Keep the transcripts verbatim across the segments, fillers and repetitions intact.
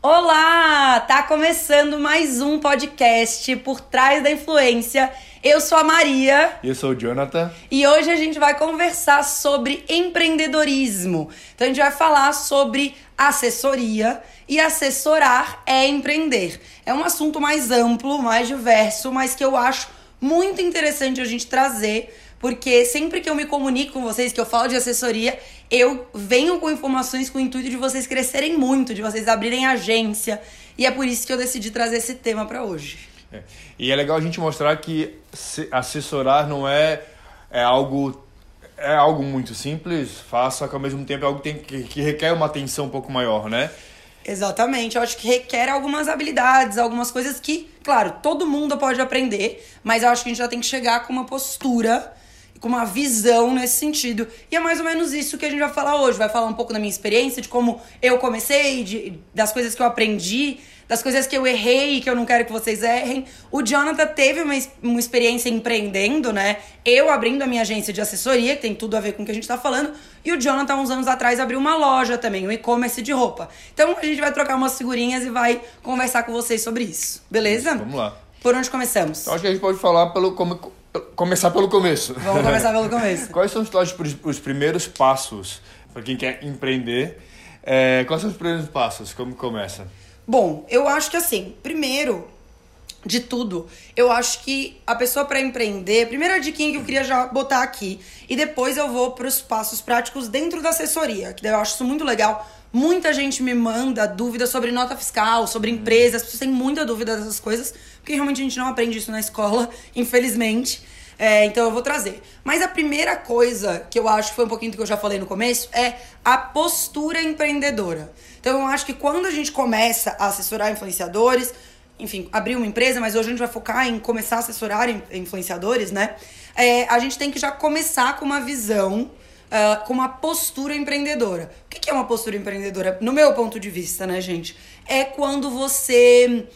Olá! Tá começando mais um podcast Por Trás da Influência. Eu sou a Maria. E eu sou o Jonathan. E hoje a gente vai conversar sobre empreendedorismo. Então a gente vai falar sobre assessoria e assessorar é empreender. É um assunto mais amplo, mais diverso, mas que eu acho muito interessante a gente trazer, porque sempre que eu me comunico com vocês, que eu falo de assessoria, eu venho com informações com o intuito de vocês crescerem muito, de vocês abrirem agência. E é por isso que eu decidi trazer esse tema para hoje. É. E é legal a gente mostrar que assessorar não é, é, algo, é algo muito simples, fácil, só que ao mesmo tempo é algo que, tem, que, que requer uma atenção um pouco maior, né? Exatamente, eu acho que requer algumas habilidades, algumas coisas que, claro, todo mundo pode aprender, mas eu acho que a gente já tem que chegar com uma postura, com uma visão nesse sentido. E é mais ou menos isso que a gente vai falar hoje. Vai falar um pouco da minha experiência, de como eu comecei, de, das coisas que eu aprendi, das coisas que eu errei e que eu não quero que vocês errem. O Jonathan teve uma, uma experiência empreendendo, né? Eu abrindo a minha agência de assessoria, que tem tudo a ver com o que a gente tá falando. E o Jonathan, uns anos atrás, abriu uma loja também, um e-commerce de roupa. Então, a gente vai trocar umas figurinhas e vai conversar com vocês sobre isso. Beleza? Vamos lá. Por onde começamos? Então, acho que a gente pode falar pelo... Como... Começar pelo começo. Vamos começar pelo começo. Quais são os, os primeiros passos para quem quer empreender? É, quais são os primeiros passos? Como começa? Bom, eu acho que assim, primeiro de tudo, eu acho que a pessoa para empreender, primeira diquinha que eu queria já botar aqui, e depois eu vou para os passos práticos dentro da assessoria, que daí eu acho isso muito legal. Muita gente me manda dúvidas sobre nota fiscal, sobre empresas, as pessoas têm muita dúvida dessas coisas, porque realmente a gente não aprende isso na escola, infelizmente. É, então eu vou trazer. Mas a primeira coisa que eu acho que foi um pouquinho do que eu já falei no começo é a postura empreendedora. Então eu acho que quando a gente começa a assessorar influenciadores, enfim, abrir uma empresa, mas hoje a gente vai focar em começar a assessorar influenciadores, né? É, a gente tem que já começar com uma visão, uh, com uma postura empreendedora. O que é uma postura empreendedora? No meu ponto de vista, né, gente? É quando você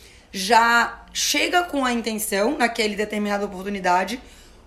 já chega com a intenção, naquela determinada oportunidade,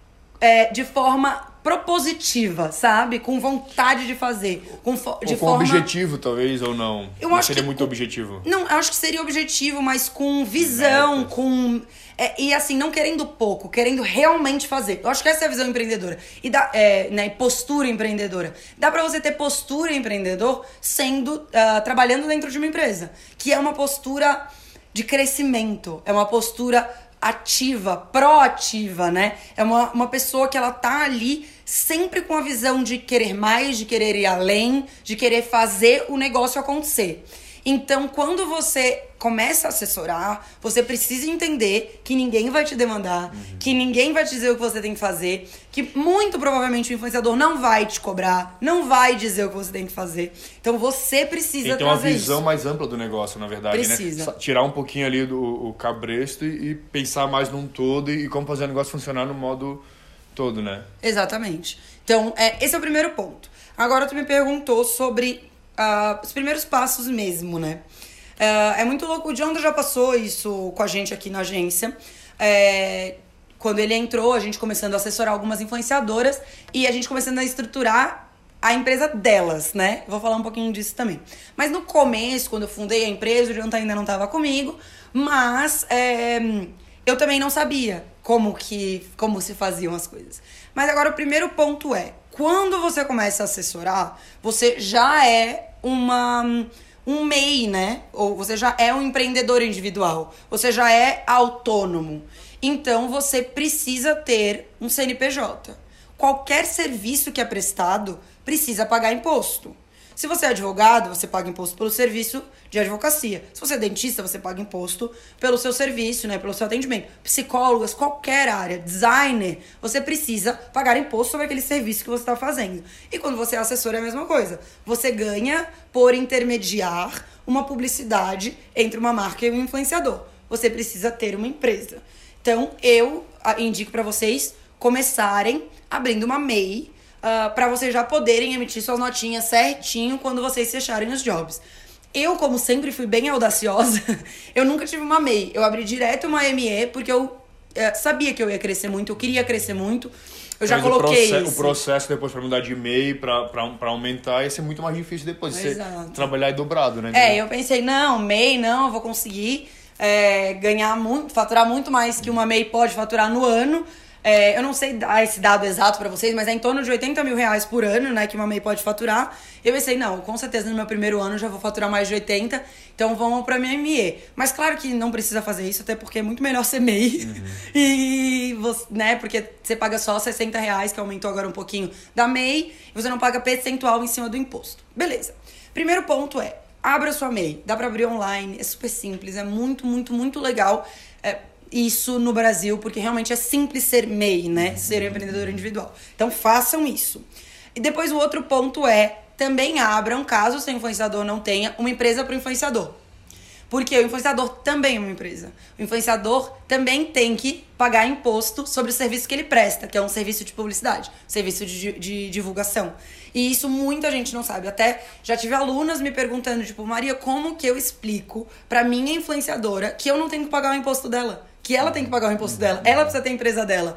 é, de forma propositiva, sabe? Com vontade de fazer. Com fo- de ou com forma... objetivo, talvez, ou não? Eu não acho seria que muito com... objetivo? Não, eu acho que seria objetivo, mas com visão, Metas. com... É, e assim, não querendo pouco, querendo realmente fazer. Eu acho que essa é a visão empreendedora. E dá, é, né, postura empreendedora. Dá pra você ter postura empreendedor sendo, uh, trabalhando dentro de uma empresa. Que é uma postura de crescimento. É uma postura ativa, proativa, né? É uma, uma pessoa que ela tá ali sempre com a visão de querer mais, de querer ir além, de querer fazer o negócio acontecer. Então, quando você começa a assessorar, você precisa entender que ninguém vai te demandar, uhum. que ninguém vai te dizer o que você tem que fazer, que muito provavelmente o influenciador não vai te cobrar, não vai dizer o que você tem que fazer. Então, você precisa tem que ter uma trazer visão isso. mais ampla do negócio, na verdade, Precisa. né? Tirar um pouquinho ali do o cabresto e, e pensar mais num todo e, e como fazer o negócio funcionar no modo todo, né? Exatamente. Então, é, esse é o primeiro ponto. Agora, tu me perguntou sobre uh, os primeiros passos mesmo, né? Uh, é muito louco, o Jonathan já passou isso com a gente aqui na agência. É, quando ele entrou, a gente começando a assessorar algumas influenciadoras e a gente começando a estruturar a empresa delas, né? Vou falar um pouquinho disso também. Mas no começo, quando eu fundei a empresa, o Jonathan ainda não estava comigo, mas é, eu também não sabia como, que, como se faziam as coisas. Mas agora o primeiro ponto é, quando você começa a assessorar, você já é uma... um M E I, né? Ou você já é um empreendedor individual. Você já é autônomo. Então, você precisa ter um C N P J. Qualquer serviço que é prestado precisa pagar imposto. Se você é advogado, você paga imposto pelo serviço de advocacia. Se você é dentista, você paga imposto pelo seu serviço, né? Pelo seu atendimento. Psicólogas, qualquer área, designer, você precisa pagar imposto sobre aquele serviço que você está fazendo. E quando você é assessor é a mesma coisa. Você ganha por intermediar uma publicidade entre uma marca e um influenciador. Você precisa ter uma empresa. Então, eu indico para vocês começarem abrindo uma M E I, Uh, para vocês já poderem emitir suas notinhas certinho quando vocês fecharem os jobs. Eu, como sempre fui bem audaciosa, eu nunca tive uma M E I. Eu abri direto uma M E porque eu uh, sabia que eu ia crescer muito, eu queria crescer muito. Eu já Mas coloquei o, proce- isso. o processo depois para mudar de e mail, para aumentar, ia ser muito mais difícil depois. Você trabalhar e dobrado, né? É, eu pensei, não, M E I não, eu vou conseguir é, ganhar muito, faturar muito mais que uma M E I pode faturar no ano. É, eu não sei dar esse dado exato pra vocês, mas é em torno de oitenta mil reais por ano, né, que uma M E I pode faturar. Eu pensei, não, com certeza no meu primeiro ano eu já vou faturar mais de oitenta, então vamos pra minha M E. Mas claro que não precisa fazer isso, até porque é muito melhor ser M E I. Uhum. E, você, né, porque você paga só sessenta reais, que aumentou agora um pouquinho da M E I, e você não paga percentual em cima do imposto. Beleza. Primeiro ponto é, abra sua M E I. Dá pra abrir online, é super simples, é muito, muito, muito legal. É, isso no Brasil, porque realmente é simples ser M E I, né? Ser um empreendedor individual. Então, façam isso. E depois o outro ponto é, também abram, caso o seu influenciador não tenha, uma empresa para o influenciador. Porque o influenciador também é uma empresa. O influenciador também tem que pagar imposto sobre o serviço que ele presta, que é um serviço de publicidade, serviço de, de divulgação. E isso muita gente não sabe. Até já tive alunas me perguntando, tipo, Maria, como que eu explico pra minha influenciadora que eu não tenho que pagar o imposto dela? Que ela tem que pagar o imposto dela, ela precisa ter a empresa dela.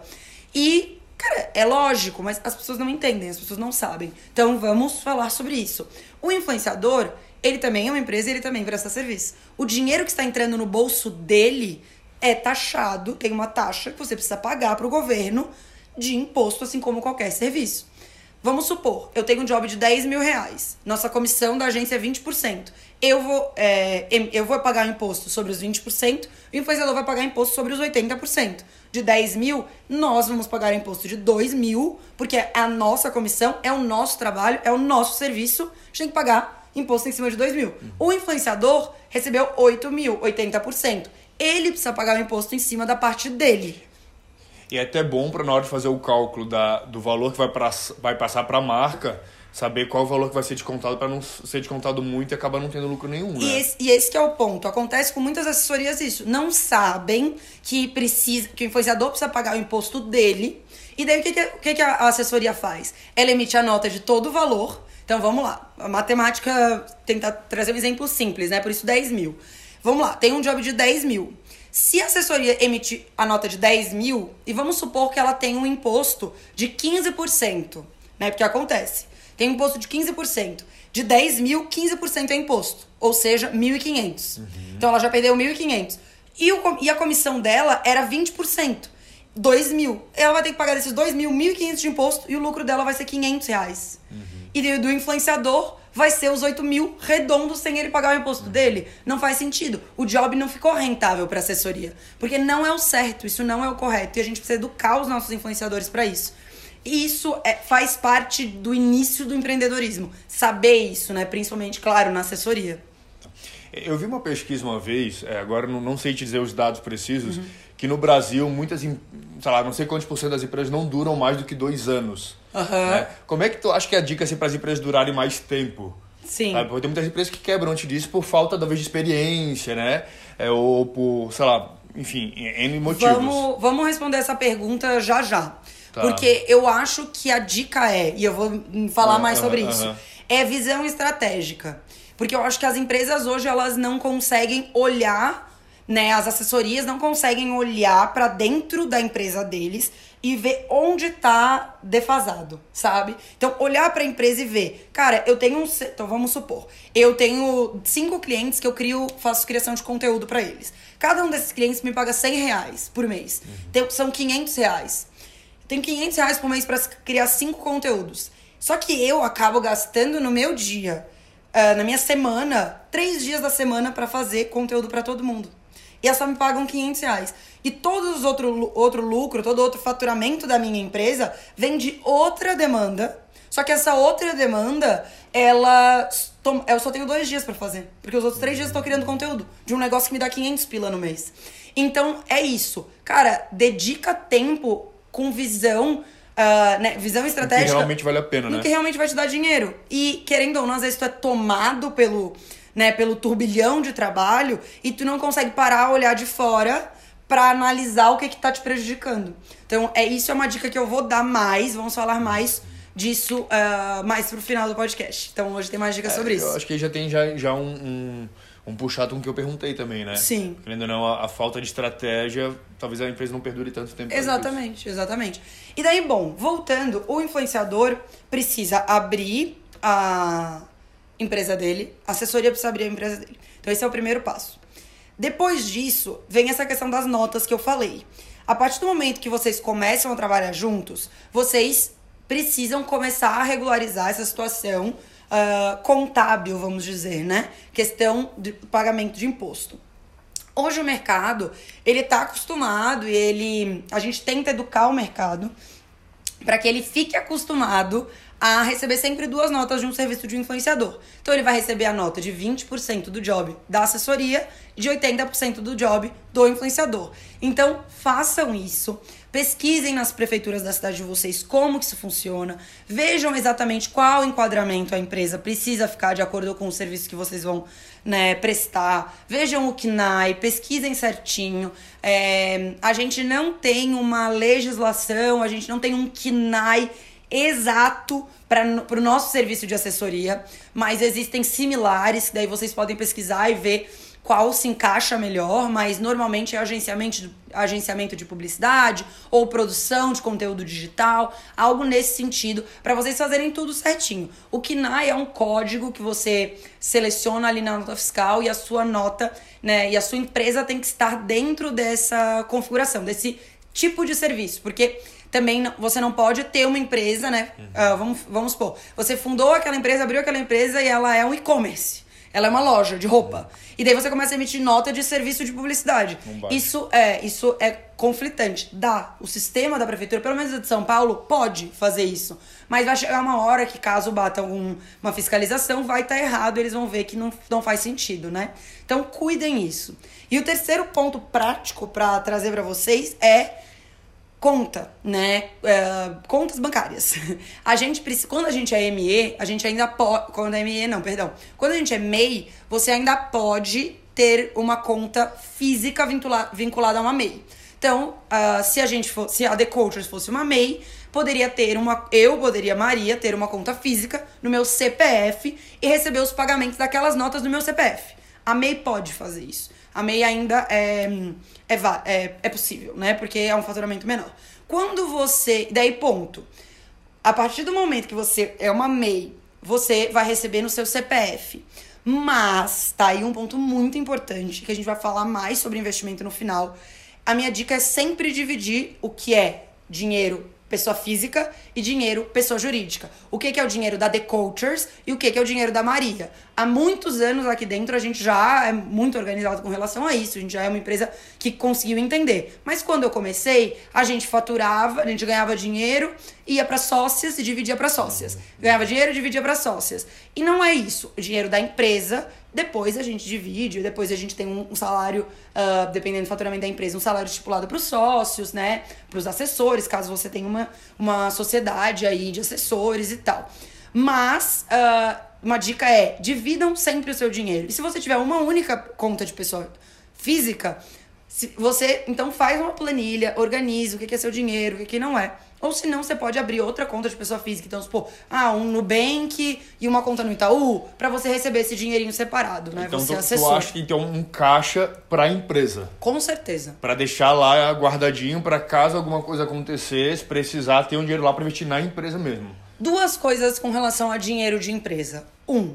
E, cara, é lógico, mas as pessoas não entendem, as pessoas não sabem. Então, vamos falar sobre isso. O influenciador, ele também é uma empresa e ele também presta serviço. O dinheiro que está entrando no bolso dele é taxado, tem uma taxa que você precisa pagar para o governo de imposto, assim como qualquer serviço. Vamos supor, eu tenho um job de dez mil reais. Nossa comissão da agência é vinte por cento. Eu vou, é, eu vou pagar imposto sobre os vinte por cento, o influenciador vai pagar imposto sobre os oitenta por cento. De dez mil, nós vamos pagar imposto de dois mil, porque a nossa comissão é o nosso trabalho, é o nosso serviço, a gente tem que pagar imposto em cima de dois mil. O influenciador recebeu oito mil, oitenta por cento. Ele precisa pagar o imposto em cima da parte dele. E é até bom para na hora de fazer o cálculo da, do valor que vai, pra, vai passar para a marca, saber qual o valor que vai ser descontado para não ser descontado muito e acabar não tendo lucro nenhum, né? E esse, e esse que é o ponto. Acontece com muitas assessorias isso. Não sabem que, precisa, que o influenciador precisa pagar o imposto dele. E daí o que, que, o que, que a assessoria faz? Ela emite a nota de todo o valor. Então vamos lá. A matemática, tentar trazer um exemplo simples, né? Por isso dez mil. Vamos lá, tem um job de dez mil. Se a assessoria emitir a nota de dez mil, e vamos supor que ela tem um imposto de quinze por cento, né? Porque acontece. Tem um imposto de quinze por cento. De dez mil, quinze por cento é imposto. Ou seja, mil e quinhentos. Uhum. Então ela já perdeu mil e quinhentos. E, o, e a comissão dela era vinte por cento. dois mil. Ela vai ter que pagar desses dois mil, mil e quinhentos de imposto e o lucro dela vai ser quinhentos reais. Uhum. E do, do influenciador vai ser os oito mil redondos sem ele pagar o imposto uhum. dele. Não faz sentido. O job não ficou rentável para assessoria. Porque não é o certo, isso não é o correto. E a gente precisa educar os nossos influenciadores para isso. E isso é, faz parte do início do empreendedorismo. Saber isso, né? Principalmente, claro, na assessoria. Eu vi uma pesquisa uma vez, é, agora não, não sei te dizer os dados precisos, uhum. que no Brasil, muitas, sei lá, não sei quantos por cento das empresas não duram mais do que dois anos. Uhum. Né? Como é que tu acha que é a dica assim, para as empresas durarem mais tempo? Sim. Sabe? Porque tem muitas empresas que quebram antes disso por falta, talvez, de experiência, né? É, ou por, sei lá, enfim, N motivos. Vamos, vamos responder essa pergunta já já. Tá. Porque eu acho que a dica é, e eu vou falar uh, mais sobre uh, isso, uh, uh. é visão estratégica. Porque eu acho que as empresas hoje, elas não conseguem olhar, né? As assessorias não conseguem olhar pra dentro da empresa deles e ver onde tá defasado, sabe? Então, olhar pra empresa e ver, cara, eu tenho um... Então, vamos supor, eu tenho cinco clientes que eu crio, faço criação de conteúdo pra eles. Cada um desses clientes me paga cem reais por mês. Uhum. Então, são quinhentos reais. Eu tenho quinhentos reais por mês pra criar cinco conteúdos. Só que eu acabo gastando no meu dia... Uh, na minha semana, três dias da semana pra fazer conteúdo pra todo mundo. E elas só me pagam quinhentos reais. E todo os outro, outro lucro, todo outro faturamento da minha empresa vem de outra demanda. Só que essa outra demanda, ela... Eu só tenho dois dias pra fazer. Porque os outros três dias eu tô criando conteúdo. De um negócio que me dá quinhentos pila no mês. Então, é isso. Cara, dedica tempo com visão... Uh, né, visão estratégica. No que realmente vale a pena, né? No que realmente vai te dar dinheiro. E, querendo ou não, às vezes tu é tomado pelo, né, pelo turbilhão de trabalho e tu não consegue parar, olhar de fora pra analisar o que que tá te prejudicando. Então, é, isso é uma dica que eu vou dar mais. Vamos falar mais disso uh, mais pro final do podcast. Então, hoje tem mais dicas é, sobre isso. Eu acho que já tem já, já um, um, um puxado com o que eu perguntei também, né? Sim. Querendo ou não, a, a falta de estratégia, talvez a empresa não perdure tanto tempo. Exatamente, exatamente. E daí, bom, voltando, o influenciador precisa abrir a empresa dele, a assessoria precisa abrir a empresa dele. Então esse é o primeiro passo. Depois disso, vem essa questão das notas que eu falei. A partir do momento que vocês começam a trabalhar juntos, vocês precisam começar a regularizar essa situação uh, contábil, vamos dizer, né? Questão de pagamento de imposto. Hoje o mercado, ele tá acostumado e ele... A gente tenta educar o mercado para que ele fique acostumado a receber sempre duas notas de um serviço de influenciador. Então ele vai receber a nota de vinte por cento do job da assessoria e de oitenta por cento do job do influenciador. Então façam isso, pesquisem nas prefeituras da cidade de vocês como que isso funciona, vejam exatamente qual enquadramento a empresa precisa ficar de acordo com o serviço que vocês vão, né, prestar, vejam o C N A I, pesquisem certinho. É, a gente não tem uma legislação, a gente não tem um C N A I exato para o nosso serviço de assessoria, mas existem similares, daí vocês podem pesquisar e ver qual se encaixa melhor, mas normalmente é agenciamento, agenciamento de publicidade ou produção de conteúdo digital, algo nesse sentido, para vocês fazerem tudo certinho. O C N A I é um código que você seleciona ali na nota fiscal e a sua nota, né, e a sua empresa tem que estar dentro dessa configuração, desse tipo de serviço, porque também você não pode ter uma empresa, né? Uhum. Uh, vamos, vamos supor, você fundou aquela empresa, abriu aquela empresa e ela é um e-commerce. Ela é uma loja de roupa. Uhum. E daí você começa a emitir nota de serviço de publicidade. Isso é, isso é conflitante. Dá. O sistema da prefeitura, pelo menos a de São Paulo, pode fazer isso. Mas vai chegar uma hora que, caso bata alguma fiscalização, vai estar errado. Eles vão ver que não, não faz sentido, né? Então, cuidem isso. E o terceiro ponto prático para trazer para vocês é conta, né? Uh, contas bancárias. A gente precisa, quando a gente é M E, a gente ainda pode, quando é M E não, perdão. Quando a gente é M E I, você ainda pode ter uma conta física vincula, vinculada a uma M E I. Então, uh, se a gente for, se a The Cultures fosse uma M E I, poderia ter uma, eu poderia, Maria, ter uma conta física no meu C P F e receber os pagamentos daquelas notas no meu C P F. A M E I pode fazer isso. A M E I ainda é, é, é, é possível, né? Porque é um faturamento menor. Quando você... Daí, ponto. A partir do momento que você é uma M E I, você vai receber no seu C P F. Mas, tá aí um ponto muito importante, que a gente vai falar mais sobre investimento no final. A minha dica é sempre dividir o que é dinheiro pessoa física e dinheiro pessoa jurídica. O que que é o dinheiro da The Cultures e o que que é o dinheiro da Maria. Há muitos anos aqui dentro a gente já é muito organizado com relação a isso. A gente já é uma empresa que conseguiu entender. Mas quando eu comecei, a gente faturava, a gente ganhava dinheiro, ia para sócias e dividia para sócias. Ganhava dinheiro e dividia para sócias. E não é isso. O dinheiro da empresa, depois a gente divide, depois a gente tem um, um salário, uh, dependendo do faturamento da empresa, um salário estipulado para os sócios, né? Para os assessores, caso você tenha uma, uma sociedade aí de assessores e tal. Mas uh, uma dica é, dividam sempre o seu dinheiro. E se você tiver uma única conta de pessoa física, se você então faz uma planilha, organiza o que é seu dinheiro, o que não é. Ou se não, você pode abrir outra conta de pessoa física. Então, supor, ah, um Nubank e uma conta no Itaú, pra você receber esse dinheirinho separado, né? Então, você tu, assessor. tu acha que tem um caixa pra empresa? Com certeza. Pra deixar lá guardadinho pra caso alguma coisa acontecer, se precisar, ter um dinheiro lá pra investir na empresa mesmo. Duas coisas com relação a dinheiro de empresa. Um,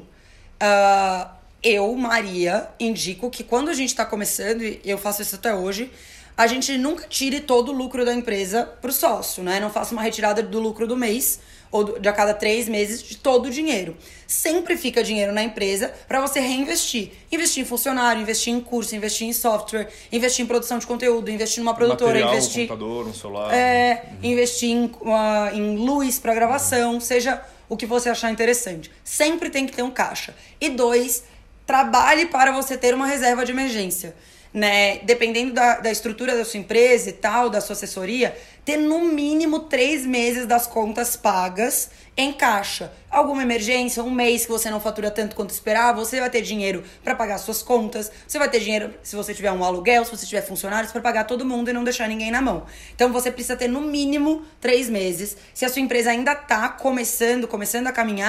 uh, eu, Maria, indico que quando a gente tá começando, e eu faço isso até hoje, a gente nunca tire todo o lucro da empresa pro sócio, né? Não faça uma retirada do lucro do mês ou de a cada três meses de todo o dinheiro. Sempre fica dinheiro na empresa para você reinvestir. Investir em funcionário, investir em curso, investir em software, investir em produção de conteúdo, investir numa produtora, material, investir... um computador, um celular. É, uhum. Investir em, uh, em luz para gravação, uhum. Seja o que você achar interessante. Sempre tem que ter um caixa. E dois, trabalhe para você ter uma reserva de emergência. Né? Dependendo da, da estrutura da sua empresa e tal, da sua assessoria, ter no mínimo três meses das contas pagas em caixa. Alguma emergência, um mês que você não fatura tanto quanto esperava, você vai ter dinheiro para pagar suas contas, você vai ter dinheiro se você tiver um aluguel, se você tiver funcionários, para pagar todo mundo e não deixar ninguém na mão. Então você precisa ter no mínimo três meses. Se a sua empresa ainda tá começando, começando a caminhar,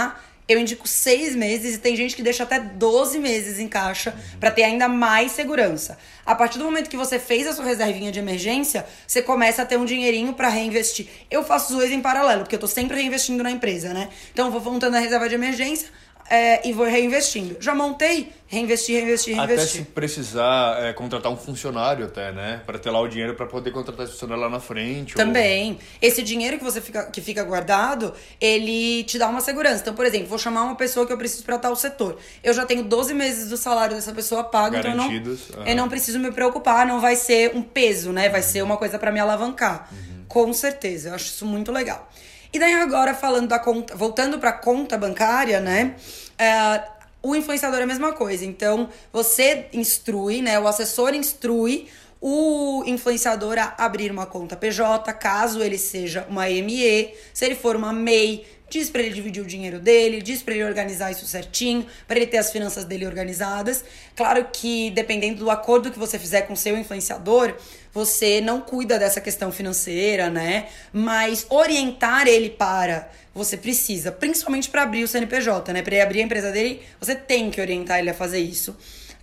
eu indico seis meses e tem gente que deixa até doze meses em caixa uhum. para ter ainda mais segurança. A partir do momento que você fez a sua reservinha de emergência, você começa a ter um dinheirinho para reinvestir. Eu faço os dois em paralelo, porque eu tô sempre reinvestindo na empresa, né? Então eu vou montando a reserva de emergência é, e vou reinvestindo. Já montei, reinvesti, reinvesti, reinvesti. Até se precisar é, contratar um funcionário até, né? Para ter lá o dinheiro para poder contratar esse funcionário lá na frente. Também. Ou... Esse dinheiro que você fica, que fica guardado, ele te dá uma segurança. Então, por exemplo, vou chamar uma pessoa que eu preciso para tal setor. Eu já tenho doze meses do salário dessa pessoa pago, garantidos. Então eu não, uhum. eu não preciso me preocupar, não vai ser um peso, né? Vai uhum. ser uma coisa para me alavancar. Uhum. Com certeza. Eu acho isso muito legal. E daí agora, falando da conta, voltando para a conta bancária, né? É, o influenciador é a mesma coisa. Então, você instrui, né? O assessor instrui o influenciador a abrir uma conta P J, caso ele seja uma M E. Se ele for uma M E I, diz pra ele dividir o dinheiro dele, diz pra ele organizar isso certinho, pra ele ter as finanças dele organizadas. Claro que, dependendo do acordo que você fizer com o seu influenciador, você não cuida dessa questão financeira, né? Mas orientar ele para... Você precisa, principalmente para abrir o C N P J, né? Para ele abrir a empresa dele, você tem que orientar ele a fazer isso.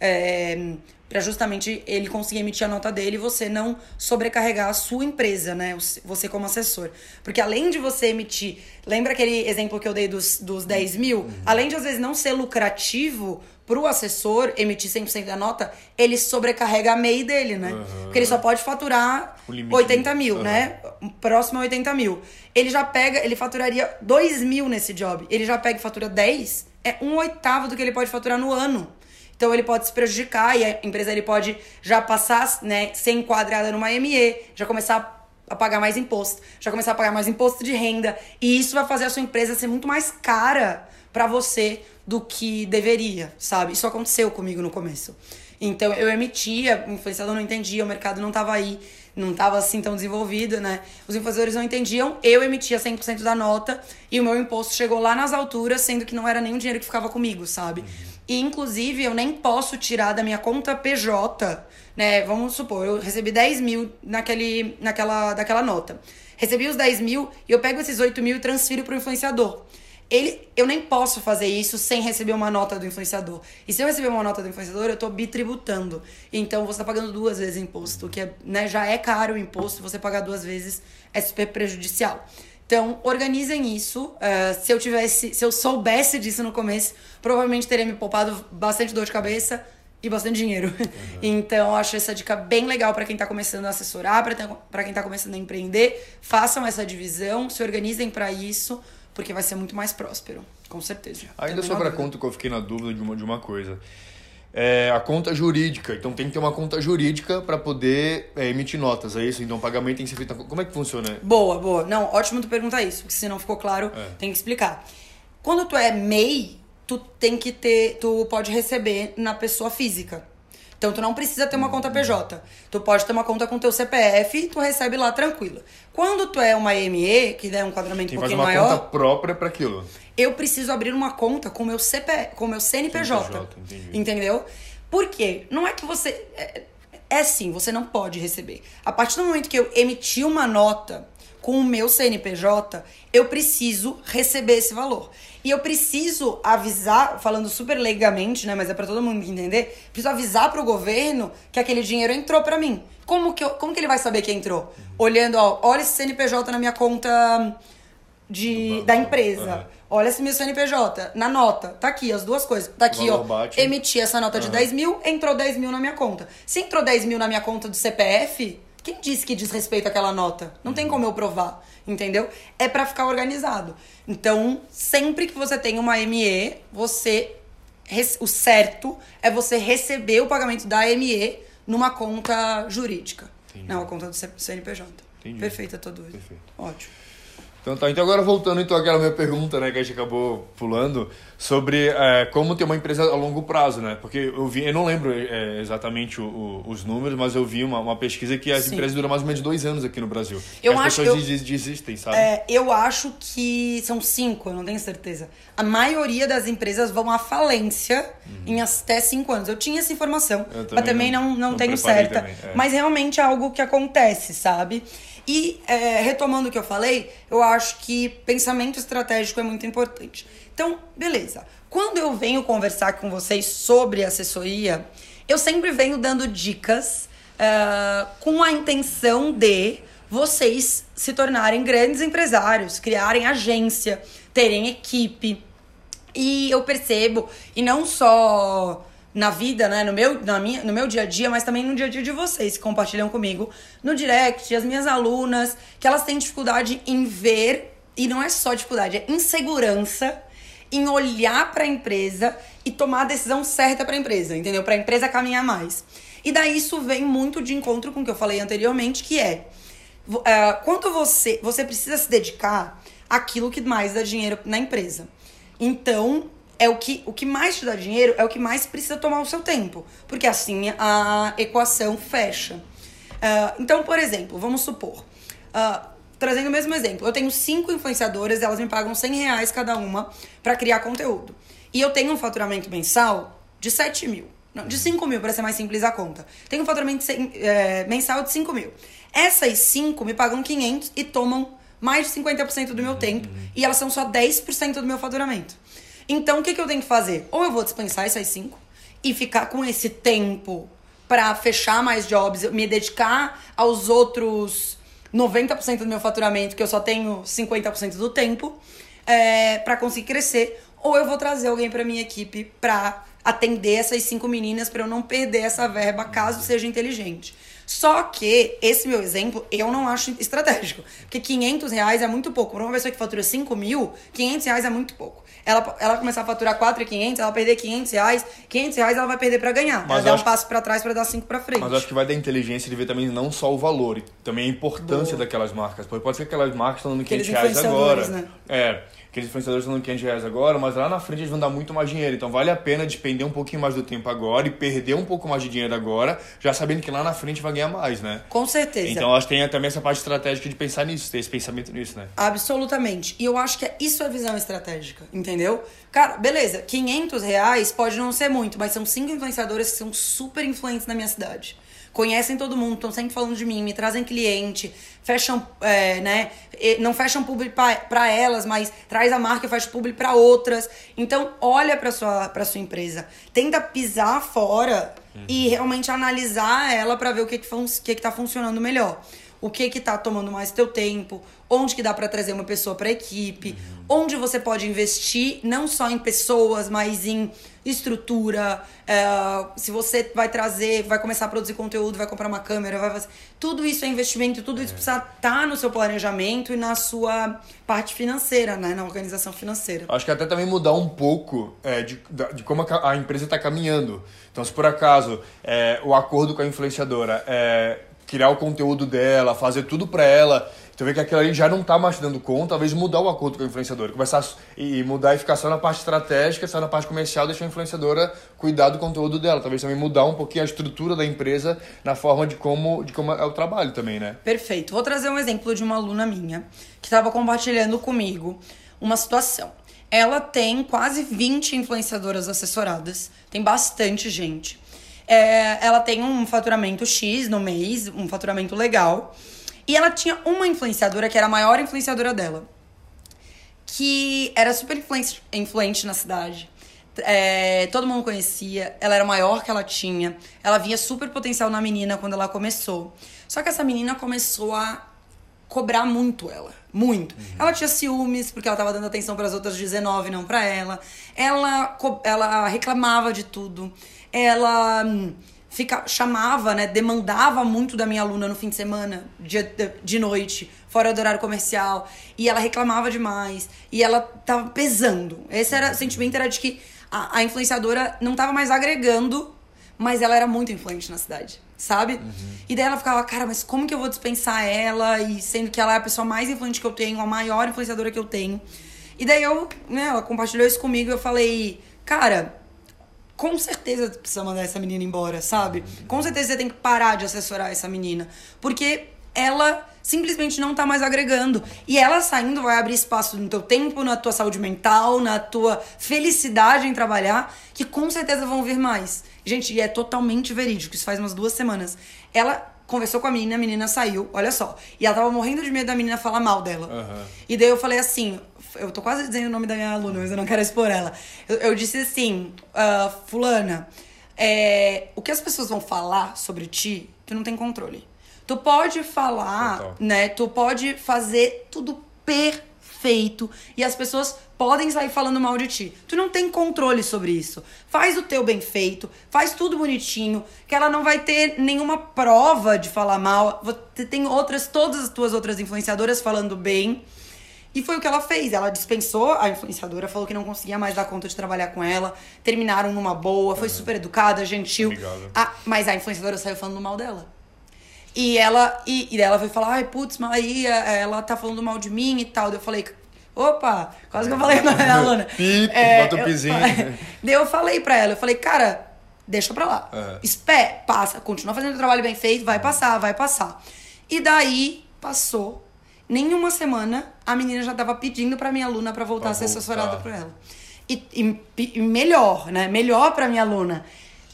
É, para justamente ele conseguir emitir a nota dele e você não sobrecarregar a sua empresa, né? Você como assessor. Porque além de você emitir... Lembra aquele exemplo que eu dei dos, dos dez mil? Uhum. Além de, às vezes, não ser lucrativo pro assessor emitir cem por cento da nota, ele sobrecarrega a M E I dele, né? Uhum. Porque ele só pode faturar oitenta mil, uhum. né? Próximo a oitenta mil. Ele já pega, ele faturaria dois mil nesse job. Ele já pega e fatura dez, é um oitavo do que ele pode faturar no ano. Então ele pode se prejudicar e a empresa ele pode já passar, né, ser enquadrada numa M E, já começar a pagar mais imposto, já começar a pagar mais imposto de renda. E isso vai fazer a sua empresa ser muito mais cara pra você do que deveria, sabe? Isso aconteceu comigo no começo. Então eu emitia, o influenciador não entendia, o mercado não tava aí, não tava assim tão desenvolvido, né? Os influenciadores não entendiam, eu emitia cem por cento da nota e o meu imposto chegou lá nas alturas, sendo que não era nem o dinheiro que ficava comigo, sabe? E inclusive eu nem posso tirar da minha conta P J, né? Vamos supor, eu recebi dez mil naquele, naquela, daquela nota. Recebi os dez mil e eu pego esses oito mil e transfiro pro influenciador. Ele, eu nem posso fazer isso sem receber uma nota do influenciador. E se eu receber uma nota do influenciador, eu tô bitributando. Então, você tá pagando duas vezes imposto, que é, né, já é caro o imposto, você pagar duas vezes é super prejudicial. Então, organizem isso. Uh, se eu tivesse, se eu soubesse disso no começo, provavelmente teria me poupado bastante dor de cabeça e bastante dinheiro. Uhum. Então, eu acho essa dica bem legal para quem tá começando a assessorar, para quem tá começando a empreender. Façam essa divisão, se organizem para isso, porque vai ser muito mais próspero, com certeza. Ainda sobre a conta que eu fiquei na dúvida de uma, de uma coisa. É a conta jurídica. Então tem que ter uma conta jurídica para poder é, emitir notas, é isso? Então o pagamento tem que ser feito... Como é que funciona? Boa, boa. Não, ótimo tu perguntar isso, porque se não ficou claro, é. tem que explicar. Quando tu é M E I, tu tem que ter... Tu pode receber na pessoa física. Então, tu não precisa ter uma conta P J. Tu pode ter uma conta com teu C P F e tu recebe lá tranquilo. Quando tu é uma M E, que der um enquadramento um pouquinho maior... Tem que fazer uma conta própria para aquilo. Eu preciso abrir uma conta com o meu C P F, com o meu C N P J. C N P J, entendeu? Por quê? Não é que você... É, é assim, você não pode receber. A partir do momento que eu emiti uma nota com o meu C N P J, eu preciso receber esse valor. E eu preciso avisar, falando super legalmente, né, mas é pra todo mundo entender, preciso avisar pro governo que aquele dinheiro entrou pra mim. Como que, eu, como que ele vai saber que entrou? Uhum. Olhando, ó, olha esse C N P J na minha conta de, da empresa. Uhum. Olha esse meu C N P J na nota. Tá aqui, as duas coisas. Tá aqui, ó. Bate. Emiti essa nota uhum. de dez mil, entrou dez mil na minha conta. Se entrou dez mil na minha conta do C P F... Quem disse que diz respeito àquela nota? Não tem como eu provar, entendeu? É pra ficar organizado. Então, sempre que você tem uma M E, você... O certo é você receber o pagamento da M E numa conta jurídica. Entendi. Não, a conta do C N P J. Entendi. Perfeita a tua dúvida. Perfeito. Ótimo. Então tá, então agora voltando então àquela minha pergunta, né, que a gente acabou pulando, sobre é, como ter uma empresa a longo prazo, né? Porque eu vi, eu não lembro é, exatamente o, o, os números, mas eu vi uma, uma pesquisa que as Sim. empresas duram mais ou menos dois anos aqui no Brasil. Eu as acho, pessoas eu, desistem, sabe? É, eu acho que são cinco, eu não tenho certeza. A maioria das empresas vão à falência uhum. em até cinco anos. Eu tinha essa informação, também mas também não, não, não tenho certa. Também, é. Mas realmente é algo que acontece, sabe? E é, retomando o que eu falei, eu acho que pensamento estratégico é muito importante. Então, beleza. Quando eu venho conversar com vocês sobre assessoria, eu sempre venho dando dicas uh, com a intenção de vocês se tornarem grandes empresários, criarem agência, terem equipe. E eu percebo, e não só na vida, né, no meu, na minha, no meu dia a dia, mas também no dia a dia de vocês que compartilham comigo no direct, as minhas alunas, que elas têm dificuldade em ver, e não é só dificuldade, é insegurança em olhar para a empresa e tomar a decisão certa para a empresa, entendeu? Para a empresa caminhar mais. E daí isso vem muito de encontro com o que eu falei anteriormente, que é uh, quando você, você precisa se dedicar àquilo que mais dá dinheiro na empresa. Então, é o que, o que mais te dá dinheiro é o que mais precisa tomar o seu tempo, porque assim a equação fecha. Uh, então, por exemplo, vamos supor, uh, trazendo o mesmo exemplo, eu tenho cinco influenciadoras, elas me pagam cem reais cada uma para criar conteúdo. E eu tenho um faturamento mensal de sete mil. Não, de cinco mil, para ser mais simples a conta. Tenho um faturamento é, mensal de cinco mil. Essas cinco me pagam quinhentos e tomam mais de cinquenta por cento do meu tempo. E elas são só dez por cento do meu faturamento. Então, o que, que eu tenho que fazer? Ou eu vou dispensar essas cinco e ficar com esse tempo para fechar mais jobs, me dedicar aos outros noventa por cento do meu faturamento, que eu só tenho cinquenta por cento do tempo, é, para conseguir crescer. Ou eu vou trazer alguém para minha equipe para atender essas cinco meninas, para eu não perder essa verba, caso seja inteligente. Só que esse meu exemplo eu não acho estratégico. Porque quinhentos reais é muito pouco. Para uma pessoa que fatura cinco mil, quinhentos reais é muito pouco. Ela, ela começar a faturar quatro mil e quinhentos, ela perder quinhentos reais, quinhentos reais ela vai perder para ganhar. Mas ela dá um passo para trás para dar cinco para frente. Mas eu acho que vai da inteligência de ver também não só o valor, e também a importância Boa. daquelas marcas. Porque pode ser que aquelas marcas estão dando Aqueles quinhentos reais agora. Né? É. Aqueles influenciadores estão dando quinhentos reais agora, mas lá na frente eles vão dar muito mais dinheiro. Então vale a pena despender um pouquinho mais do tempo agora e perder um pouco mais de dinheiro agora, já sabendo que lá na frente vai ganhar mais, né? Com certeza. Então acho que tem também essa parte estratégica de pensar nisso, ter esse pensamento nisso, né? Absolutamente. E eu acho que isso é visão estratégica, entendeu? Cara, beleza, quinhentos reais pode não ser muito, mas são cinco influenciadoras que são super influentes na minha cidade. Conhecem todo mundo, estão sempre falando de mim, me trazem cliente, fecham, é, né? Não fecham publi para elas, mas traz a marca e fecha publi para outras. Então, olha para sua para sua empresa, tenta pisar fora uhum. e realmente analisar ela para ver o que que, fun que que tá funcionando melhor. O que que tá tomando mais teu tempo, onde que dá para trazer uma pessoa para a equipe, uhum. onde você pode investir não só em pessoas, mas em estrutura, é, se você vai trazer, vai começar a produzir conteúdo, vai comprar uma câmera, vai fazer... Tudo isso é investimento, tudo isso precisa estar no seu planejamento e na sua parte financeira, né? Na organização financeira. Acho que até também mudar um pouco é, de, de como a, a empresa está caminhando. Então, se por acaso é, o acordo com a influenciadora é criar o conteúdo dela, fazer tudo para ela, então vê que aquilo ali já não tá mais te dando conta, talvez mudar o acordo com a influenciadora, começar e mudar e ficar só na parte estratégica, só na parte comercial, deixar a influenciadora cuidar do conteúdo dela, talvez também mudar um pouquinho a estrutura da empresa na forma de como, de como é o trabalho também, né? Perfeito. Vou trazer um exemplo de uma aluna minha que estava compartilhando comigo uma situação. Ela tem quase vinte influenciadoras assessoradas, tem bastante gente. É, ela tem um faturamento X no mês, um faturamento legal. E ela tinha uma influenciadora que era a maior influenciadora dela, que era super influente, influente na cidade. É, todo mundo conhecia, ela era maior que ela tinha. Ela via super potencial na menina quando ela começou. Só que essa menina começou a cobrar muito ela. Muito. Uhum. Ela tinha ciúmes, porque ela tava dando atenção para as outras dezenove, não para ela. Ela, ela reclamava de tudo. Ela hum, fica, chamava, né, demandava muito da minha aluna no fim de semana, de, de, de noite, fora do horário comercial. E ela reclamava demais. E ela tava pesando. Esse era, o sentimento era de que a, a influenciadora não tava mais agregando, mas ela era muito influente na cidade, sabe? Uhum. E daí ela ficava, cara, mas como que eu vou dispensar ela? E sendo que ela é a pessoa mais influente que eu tenho, a maior influenciadora que eu tenho. E daí eu, né, ela compartilhou isso comigo e eu falei, cara, com certeza você precisa mandar essa menina embora, sabe? Com certeza você tem que parar de assessorar essa menina. Porque ela simplesmente não tá mais agregando. E ela saindo vai abrir espaço no teu tempo, na tua saúde mental, na tua felicidade em trabalhar, que com certeza vão vir mais. Gente, e é totalmente verídico, isso faz umas duas semanas. Ela conversou com a menina, a menina saiu, olha só. E ela tava morrendo de medo da menina falar mal dela. Uhum. E daí eu falei assim, eu tô quase dizendo o nome da minha aluna, mas eu não quero expor ela. Eu, eu disse assim, uh, fulana, é, o que as pessoas vão falar sobre ti, tu não tem controle. Tu pode falar, Total. né? Tu pode fazer tudo perfeito e as pessoas podem sair falando mal de ti. Tu não tem controle sobre isso. Faz o teu bem feito, faz tudo bonitinho, que ela não vai ter nenhuma prova de falar mal. Você tem outras, todas as tuas outras influenciadoras falando bem. E foi o que ela fez. Ela dispensou a influenciadora, falou que não conseguia mais dar conta de trabalhar com ela. Terminaram numa boa, foi uhum. super educada, gentil. Ah, mas a influenciadora saiu falando mal dela. E ela, e, e ela veio falar, ai, putz, mas aí ela tá falando mal de mim e tal. Daí eu falei, opa, quase que eu falei pra ela, Luna. Pipe, é, bota o pizinho. Daí eu falei pra ela, eu falei, cara, deixa pra lá. Uhum. Espera, passa, continua fazendo o trabalho bem feito, vai passar, vai passar. E daí, passou. Nenhuma semana, a menina já tava pedindo pra minha aluna pra voltar pra a ser voltar. assessorada por ela. E, e, e melhor, né? Melhor pra minha aluna.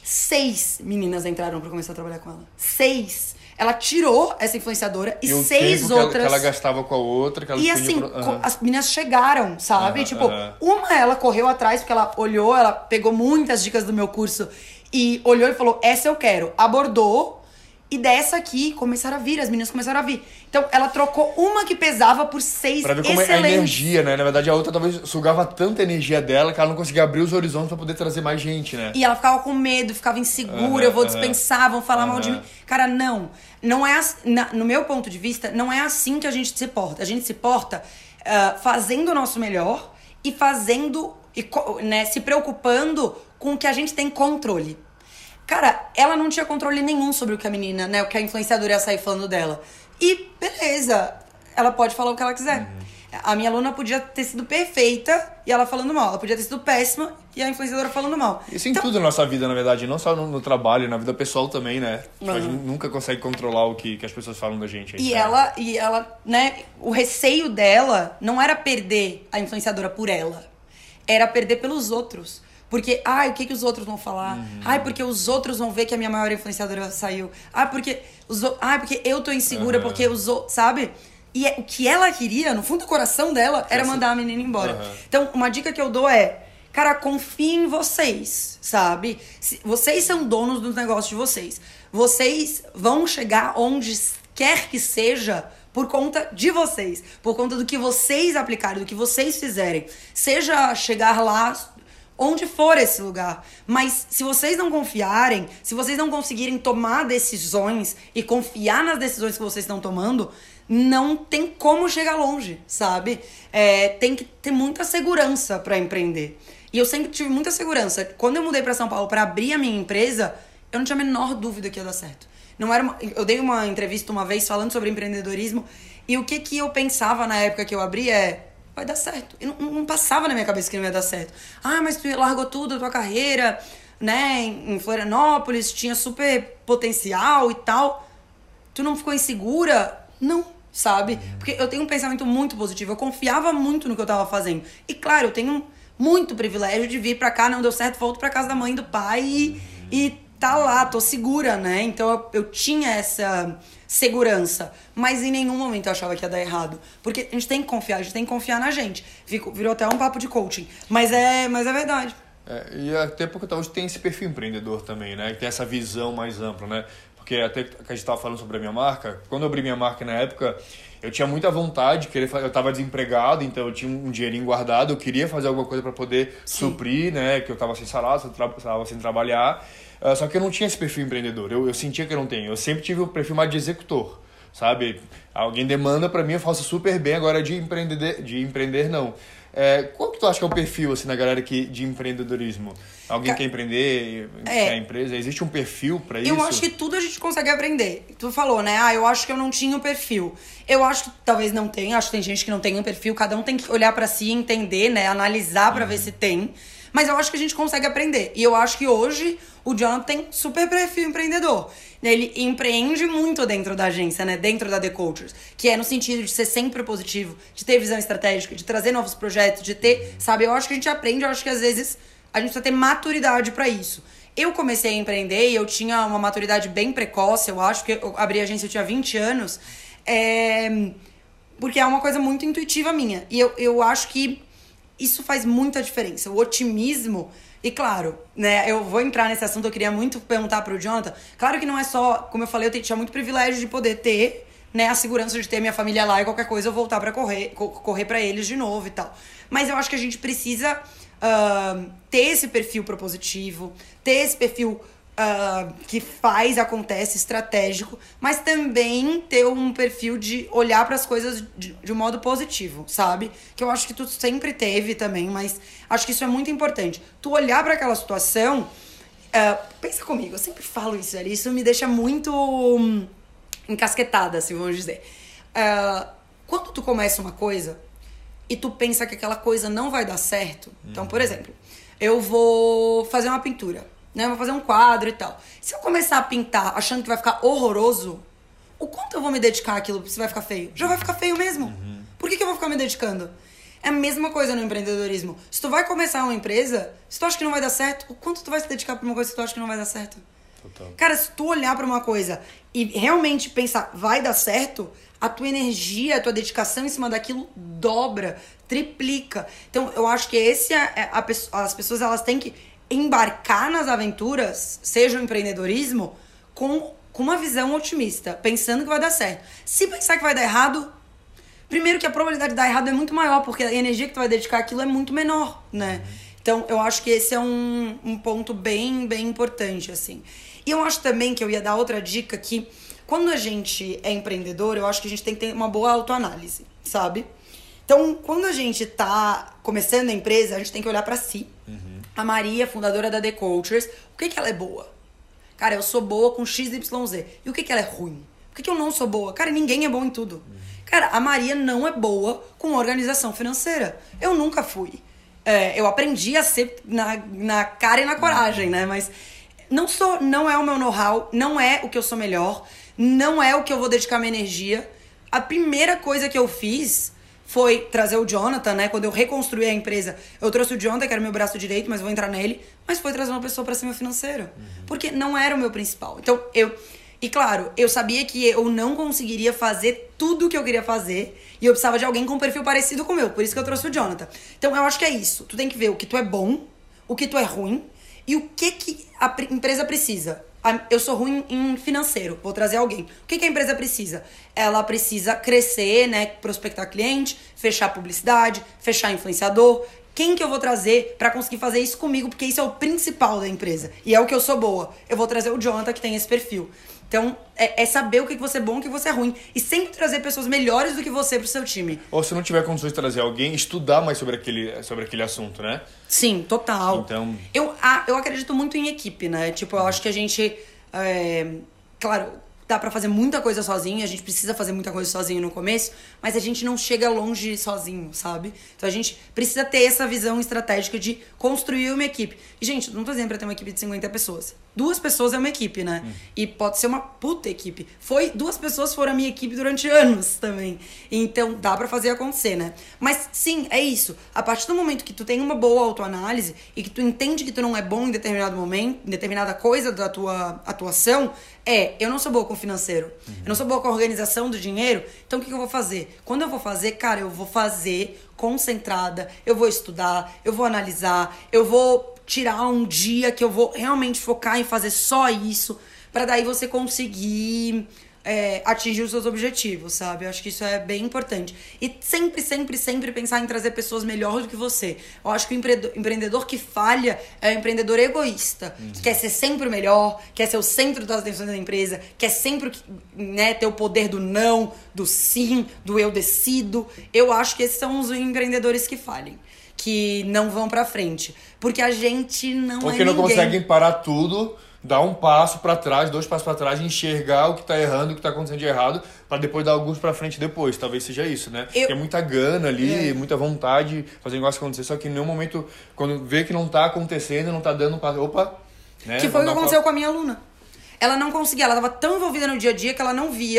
Seis meninas entraram pra começar a trabalhar com ela. Seis. Ela tirou essa influenciadora e, e seis tempo outras... Que ela, que ela gastava com a outra, que ela E assim, pro... uhum. as meninas chegaram, sabe? Uhum, tipo, uhum. uma ela correu atrás, porque ela olhou, ela pegou muitas dicas do meu curso e olhou e falou, essa eu quero. Abordou. E dessa aqui começaram a vir, as meninas começaram a vir. Então, ela trocou uma que pesava por seis pra ver como excelentes. É a energia, né? Na verdade, a outra talvez sugava tanta energia dela que ela não conseguia abrir os horizontes pra poder trazer mais gente, né? E ela ficava com medo, ficava insegura, uhum, eu vou uhum. dispensar, vão falar uhum. mal de mim. Cara, não. Não é assim, na, no meu ponto de vista, não é assim que a gente se porta. A gente se porta uh, fazendo o nosso melhor e fazendo, e, né, se preocupando com o que a gente tem controle. Cara, ela não tinha controle nenhum sobre o que a menina, né? O que a influenciadora ia sair falando dela. E beleza, ela pode falar o que ela quiser. Uhum. A minha aluna podia ter sido perfeita e ela falando mal. Ela podia ter sido péssima e a influenciadora falando mal. Isso em então, tudo na nossa vida, na verdade. Não só no, no trabalho, na vida pessoal também, né? Uhum. A gente nunca consegue controlar o que, que as pessoas falam da gente. E ela, e ela, né? O receio dela não era perder a influenciadora por ela. Era perder pelos outros. Porque, ai, o que, que os outros vão falar? Uhum. Ai, porque os outros vão ver que a minha maior influenciadora saiu. Ai, porque, os, ai, porque eu tô insegura, uhum. porque os outros, sabe? E é, o que ela queria, no fundo do coração dela, era mandar a menina embora. Uhum. Então, uma dica que eu dou é, cara, confie em vocês, sabe? Se, vocês são donos dos negócios de vocês. Vocês vão chegar onde quer que seja por conta de vocês. Por conta do que vocês aplicarem, do que vocês fizerem. Seja chegar lá... onde for esse lugar. Mas se vocês não confiarem, se vocês não conseguirem tomar decisões e confiar nas decisões que vocês estão tomando, não tem como chegar longe, sabe? É, tem que ter muita segurança para empreender. E eu sempre tive muita segurança. Quando eu mudei para São Paulo para abrir a minha empresa, eu não tinha a menor dúvida que ia dar certo. Não era uma... Eu dei uma entrevista uma vez falando sobre empreendedorismo e o que, que eu pensava na época que eu abri é... vai dar certo. E não, não passava na minha cabeça que não ia dar certo. Ah, mas tu largou tudo, a tua carreira, né, em Florianópolis, tinha super potencial e tal. Tu não ficou insegura? Não, sabe? Porque eu tenho um pensamento muito positivo. Eu confiava muito no que eu tava fazendo. E claro, eu tenho muito privilégio de vir pra cá, não deu certo, volto pra casa da mãe e do pai e, e tá lá, tô segura, né? Então eu, eu tinha essa... segurança, mas em nenhum momento eu achava que ia dar errado, porque a gente tem que confiar, a gente tem que confiar na gente. Fico, virou até um papo de coaching, mas é, mas é verdade. É, e até porque talvez tem esse perfil empreendedor também, né, que tem essa visão mais ampla, né, porque até que a gente estava falando sobre a minha marca, quando eu abri minha marca na época, eu tinha muita vontade, querer, eu estava desempregado, então eu tinha um dinheirinho guardado, eu queria fazer alguma coisa para poder Sim. suprir, né, que eu estava sem salário, eu estava sem trabalhar. Uh, só que eu não tinha esse perfil empreendedor, eu, eu sentia que eu não tenho. Eu sempre tive o perfil mais de executor, sabe? Alguém demanda pra mim, eu faço super bem, agora de empreender, de empreender não. É, qual que tu acha que é o perfil assim, na galera que, de empreendedorismo? Alguém Ca... quer empreender, é. quer empresa? Existe um perfil pra isso? Eu acho que tudo a gente consegue aprender. Tu falou, né? Ah, eu acho que eu não tinha o perfil. Eu acho que talvez não tenha, acho que tem gente que não tem um perfil, cada um tem que olhar pra si, entender, né? Analisar pra uhum. ver se tem. Mas eu acho que a gente consegue aprender. E eu acho que hoje o Jonathan tem super perfil empreendedor. Ele empreende muito dentro da agência, né? Dentro da The Cultures. Que é no sentido de ser sempre positivo, de ter visão estratégica, de trazer novos projetos, de ter... Sabe, eu acho que a gente aprende, eu acho que às vezes a gente precisa ter maturidade pra isso. eu comecei a empreender e eu tinha uma maturidade bem precoce, eu acho que eu abri a agência, eu tinha vinte anos, é... porque é uma coisa muito intuitiva minha. E eu, eu acho que isso faz muita diferença. O otimismo... E claro, né, eu vou entrar nesse assunto, eu queria muito perguntar pro Jonathan. Claro que não é só, como eu falei, eu tinha muito privilégio de poder ter, né, a segurança de ter minha família lá e qualquer coisa eu voltar pra correr, correr pra eles de novo e tal. Mas eu acho que a gente precisa uh, ter esse perfil propositivo, ter esse perfil uh, que faz, acontece, estratégico, mas também ter um perfil de olhar pras coisas de, de um modo positivo, sabe? Que eu acho que tu sempre teve também, mas acho que isso é muito importante. Tu olhar pra aquela situação, uh, pensa comigo, eu sempre falo isso ali, isso me deixa muito um, encasquetada, assim, vamos dizer. Uh, quando tu começa uma coisa e tu pensa que aquela coisa não vai dar certo, uhum. Então, por exemplo, eu vou fazer uma pintura, né? Eu vou fazer um quadro e tal. Se eu começar a pintar achando que vai ficar horroroso, o quanto eu vou me dedicar àquilo se vai ficar feio? Já vai ficar feio mesmo. Uhum. Por que que eu vou ficar me dedicando? É a mesma coisa no empreendedorismo. Se tu vai começar uma empresa, se tu acha que não vai dar certo, o quanto tu vai se dedicar pra uma coisa se tu acha que não vai dar certo? Total. Cara, se tu olhar pra uma coisa e realmente pensar, vai dar certo, a tua energia, a tua dedicação em cima daquilo dobra, triplica. Então, eu acho que esse é a, a, as pessoas, elas têm que embarcar nas aventuras, seja o empreendedorismo, com, com uma visão otimista, pensando que vai dar certo. Se pensar que vai dar errado, primeiro que a probabilidade de dar errado é muito maior, porque a energia que tu vai dedicar àquilo é muito menor, né? Então, eu acho que esse é um, um ponto bem, bem importante, assim. E eu acho também que eu ia dar outra dica que, quando a gente é empreendedor, eu acho que a gente tem que ter uma boa autoanálise, sabe? Então, quando a gente tá começando a empresa, a gente tem que olhar pra si. Uhum. A Maria, fundadora da The Cultures, o que que ela é boa? Cara, eu sou boa com X Y Z. E o que que ela é ruim? Por que que eu não sou boa? Cara, ninguém é bom em tudo. Uhum. Cara, a Maria não é boa com organização financeira. Eu nunca fui. É, eu aprendi a ser na, na cara e na coragem, né? Mas não sou, não é o meu know-how, não é o que eu sou melhor, não é o que eu vou dedicar minha energia. A primeira coisa que eu fiz foi trazer o Jonathan, né? Quando eu reconstruí a empresa, eu trouxe o Jonathan, que era meu braço direito, mas vou entrar nele. Mas foi trazer uma pessoa pra ser meu financeiro. Uhum. Porque não era o meu principal. Então, eu... E claro, eu sabia que eu não conseguiria fazer tudo o que eu queria fazer. E eu precisava de alguém com um perfil parecido com o meu. Por isso que eu trouxe o Jonathan. Então, eu acho que é isso. Tu tem que ver o que tu é bom, o que tu é ruim e o que, que a empresa precisa. Eu sou ruim em financeiro, vou trazer alguém. O que, que a empresa precisa? Ela precisa crescer, né? Prospectar cliente, fechar publicidade, fechar influenciador. Quem que eu vou trazer pra conseguir fazer isso comigo? Porque isso é o principal da empresa. E é o que eu sou boa. Eu vou trazer o Jonathan, que tem esse perfil. Então, é, é saber o que você é bom e o que você é ruim. E sempre trazer pessoas melhores do que você pro seu time. Ou se não tiver condições de trazer alguém, estudar mais sobre aquele, sobre aquele assunto, né? Sim, total. Então... Eu, ah, eu acredito muito em equipe, né? Tipo, eu acho que a gente... É, claro, dá pra fazer muita coisa sozinho. A gente precisa fazer muita coisa sozinho no começo. Mas a gente não chega longe sozinho, sabe? Então a gente precisa ter essa visão estratégica de construir uma equipe. E, gente, não tô dizendo pra ter uma equipe de cinquenta pessoas. Duas pessoas é uma equipe, né? Hum. E pode ser uma puta equipe. Foi, duas pessoas foram a minha equipe durante anos também. Então, dá pra fazer acontecer, né? Mas, sim, é isso. A partir do momento que tu tem uma boa autoanálise e que tu entende que tu não é bom em determinado momento, em determinada coisa da tua atuação, é, eu não sou boa com o financeiro. Uhum. Eu não sou boa com a organização do dinheiro. Então, o que, que eu vou fazer? Quando eu vou fazer, cara, eu vou fazer concentrada, eu vou estudar, eu vou analisar, eu vou... tirar um dia que eu vou realmente focar em fazer só isso, pra daí você conseguir é, atingir os seus objetivos, sabe? Eu acho que isso é bem importante. E sempre, sempre, sempre pensar em trazer pessoas melhores do que você. Eu acho que o empreendedor que falha é o empreendedor egoísta, uhum. que quer ser sempre o melhor, quer ser o centro das atenções da empresa, quer sempre, né, ter o poder do não, do sim, do eu decido. Eu acho que esses são os empreendedores que falhem, que não vão pra frente. Porque a gente não Porque é não ninguém. conseguem parar tudo, dar um passo pra trás, dois passos pra trás, enxergar o que tá errando, o que tá acontecendo de errado, pra depois dar alguns pra frente depois. Talvez seja isso, né? Eu... Porque é muita gana ali, é. muita vontade de fazer o negócio acontecer, só que em nenhum momento, quando vê que não tá acontecendo, não tá dando um passo... Opa! Né? Que foi o que aconteceu pra... com a minha aluna. Ela não conseguia, ela tava tão envolvida no dia a dia que ela não via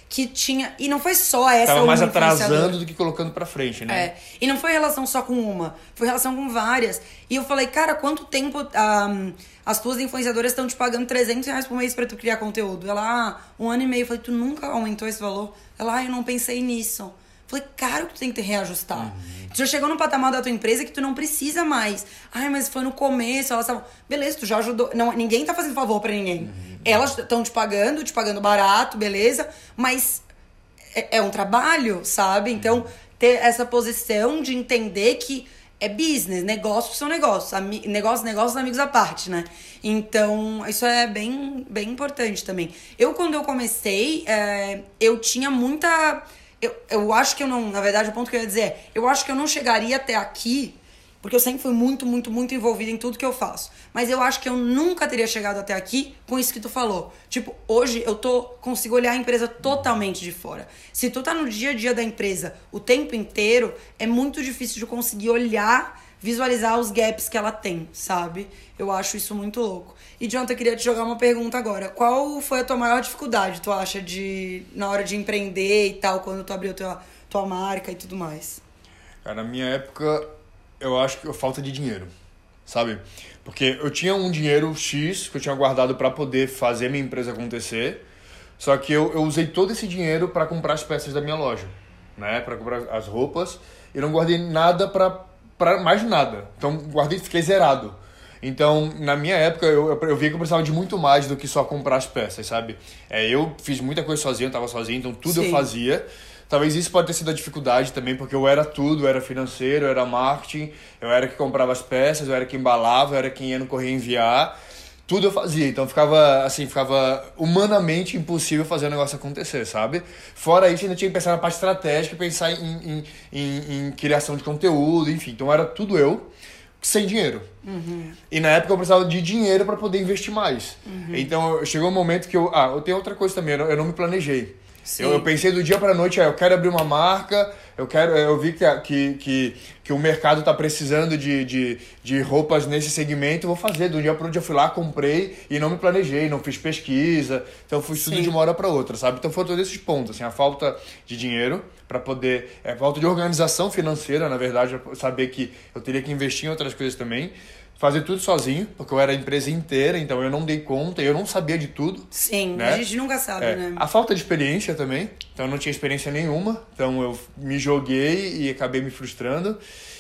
que tinha... E não foi só essa Tava uma mais influenciadora. atrasando do que colocando pra frente, né? É. E não foi relação só com uma, foi relação com várias. E eu falei, cara, quanto tempo um, as tuas influenciadoras estão te pagando trezentos reais por mês pra tu criar conteúdo? Ela, ah, um ano e meio. Eu falei, tu nunca aumentou esse valor? Ela, ah, eu não pensei nisso. Eu falei, cara, tu tem que te reajustar. Uhum. Tu já chegou no patamar da tua empresa que tu não precisa mais. Ai, mas foi no começo, elas estavam... Beleza, tu já ajudou. Não, ninguém tá fazendo favor pra ninguém. Uhum. Elas estão te pagando, te pagando barato, beleza? Mas é, é um trabalho, sabe? Então, ter essa posição de entender que é business, negócios são negócios. Ami- negócios, negócios, amigos à parte, né? Então, isso é bem, bem importante também. Eu, quando eu comecei, é, eu tinha muita... Eu, eu acho que eu não... Na verdade, o ponto que eu ia dizer é... Eu acho que eu não chegaria até aqui... Porque eu sempre fui muito, muito, muito envolvida em tudo que eu faço. Mas eu acho que eu nunca teria chegado até aqui com isso que tu falou. Tipo, hoje eu tô, consigo olhar a empresa totalmente de fora. Se tu tá no dia a dia da empresa o tempo inteiro, é muito difícil de conseguir olhar, visualizar os gaps que ela tem, sabe? Eu acho isso muito louco. E, Jonathan, eu queria te jogar uma pergunta agora. Qual foi a tua maior dificuldade, tu acha, de, na hora de empreender e tal, quando tu abriu tua, tua marca e tudo mais? Cara, na minha época... Eu acho que falta de dinheiro, sabe? Porque eu tinha um dinheiro X que eu tinha guardado para poder fazer minha empresa acontecer, só que eu, eu usei todo esse dinheiro para comprar as peças da minha loja, né? Para comprar as roupas, e não guardei nada para para mais nada. Então, guardei, fiquei zerado. Então, na minha época, eu, eu, eu vi que eu precisava de muito mais do que só comprar as peças, sabe? É, eu fiz muita coisa sozinho, eu tava sozinho, então tudo Sim. eu fazia. Talvez isso pode ter sido a dificuldade também, porque eu era tudo, eu era financeiro, eu era marketing, eu era que comprava as peças, eu era que embalava, eu era quem ia no correio enviar, tudo eu fazia, então ficava assim, ficava humanamente impossível fazer o negócio acontecer, sabe? Fora isso, ainda tinha que pensar na parte estratégica, pensar em, em, em, em criação de conteúdo, enfim, então era tudo eu, sem dinheiro. Uhum. E na época eu precisava de dinheiro para poder investir mais. Uhum. Então chegou um momento que eu, ah, eu tenho outra coisa também, eu não, eu não me planejei. Eu, eu pensei do dia pra noite, ah, eu quero abrir uma marca, eu quero, eu vi que, que, que, que o mercado tá precisando de, de, de roupas nesse segmento, eu vou fazer. Do dia pro outro eu fui lá, comprei e não me planejei, não fiz pesquisa, então fui tudo de uma hora pra outra, sabe? Então foram todos esses pontos, assim, a falta de dinheiro para poder, é, falta de organização financeira, na verdade, saber que eu teria que investir em outras coisas também. Fazer tudo sozinho, porque eu era a empresa inteira, então eu não dei conta, eu não sabia de tudo. Sim, né? A gente nunca sabe, é, né? A falta de experiência também, então eu não tinha experiência nenhuma, então eu me joguei e acabei me frustrando.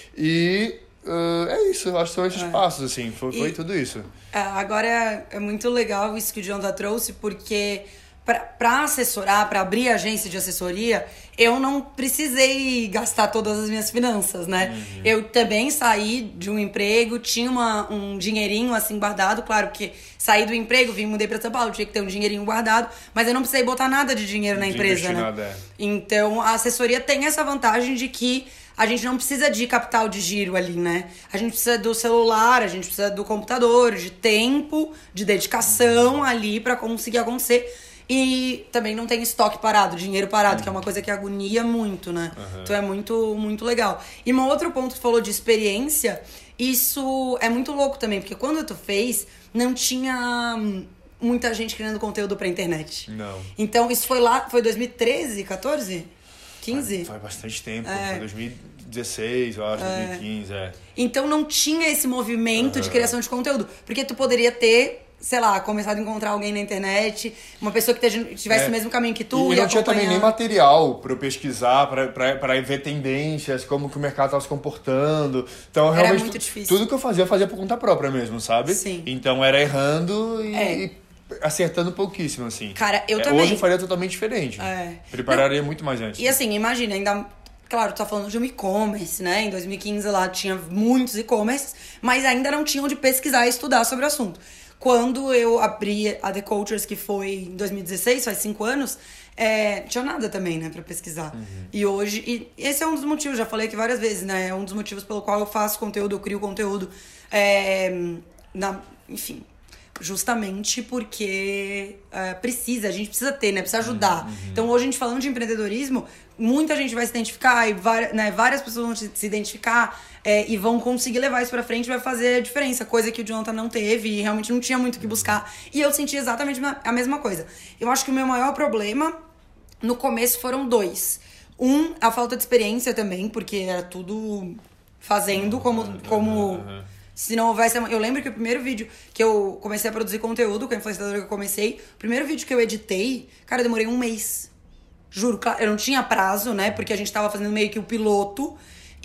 E uh, é isso, eu acho que são esses é. passos, assim, foi, e, foi tudo isso. É, agora é, é muito legal isso que o Jonathan trouxe, porque para assessorar, para abrir agência de assessoria, eu não precisei gastar todas as minhas finanças, né? Uhum. Eu também saí de um emprego, tinha uma, um dinheirinho assim guardado, claro que saí do emprego, vim, mudei para São Paulo, tinha que ter um dinheirinho guardado, mas eu não precisei botar nada de dinheiro na empresa, né? Nada, é. Então a assessoria tem essa vantagem de que a gente não precisa de capital de giro ali, né? A gente precisa do celular, a gente precisa do computador, de tempo, de dedicação ali para conseguir acontecer. E também não tem estoque parado, dinheiro parado, uhum. que é uma coisa que agonia muito, né? Uhum. Então é muito, muito legal. E um outro ponto que tu falou de experiência, isso é muito louco também, porque quando tu fez, não tinha muita gente criando conteúdo pra internet. Não. Então isso foi lá, foi dois mil e treze, quatorze? quinze? Faz, faz bastante tempo, é. Foi dois mil e dezesseis, eu acho, é. dois mil e quinze, é. Então não tinha esse movimento uhum. de criação de conteúdo, porque tu poderia ter, sei lá, começado a encontrar alguém na internet, uma pessoa que tivesse é. o mesmo caminho que tu. E, e não tinha também nem material para eu pesquisar, para ver tendências, como que o mercado estava se comportando. Então, era realmente, muito difícil. Tudo que eu fazia, eu fazia por conta própria mesmo, sabe? Sim. Então, era errando e, é. e acertando pouquíssimo, assim. Cara, eu é, também. Hoje eu faria totalmente diferente. É. Prepararia não. muito mais antes. E assim, imagina, ainda... Claro, tu tá falando de um e-commerce, né? Em dois mil e quinze lá tinha muitos e-commerces, mas ainda não tinham de pesquisar e estudar sobre o assunto. Quando eu abri a The Cultures, que foi em dois mil e dezesseis, faz cinco anos, é, não tinha nada também, né, pra pesquisar. Uhum. E hoje, e esse é um dos motivos, já falei aqui várias vezes, né, é um dos motivos pelo qual eu faço conteúdo, eu crio conteúdo, é, na, enfim, justamente porque é, precisa, a gente precisa ter, né, precisa ajudar. Uhum. Então hoje a gente falando de empreendedorismo, muita gente vai se identificar, e várias, né, várias pessoas vão se identificar, É, e vão conseguir levar isso pra frente, vai fazer a diferença, coisa que o Jonathan não teve e realmente não tinha muito o que buscar. E eu senti exatamente a mesma coisa. Eu acho que o meu maior problema No começo foram dois. Um, a falta de experiência também, porque era tudo fazendo como... como se não houvesse... Eu lembro que o primeiro vídeo que eu comecei a produzir conteúdo, com a influenciadora que eu comecei, o primeiro vídeo que eu editei, cara, eu demorei um mês. Juro, eu não tinha prazo, né? Porque a gente tava fazendo meio que o piloto.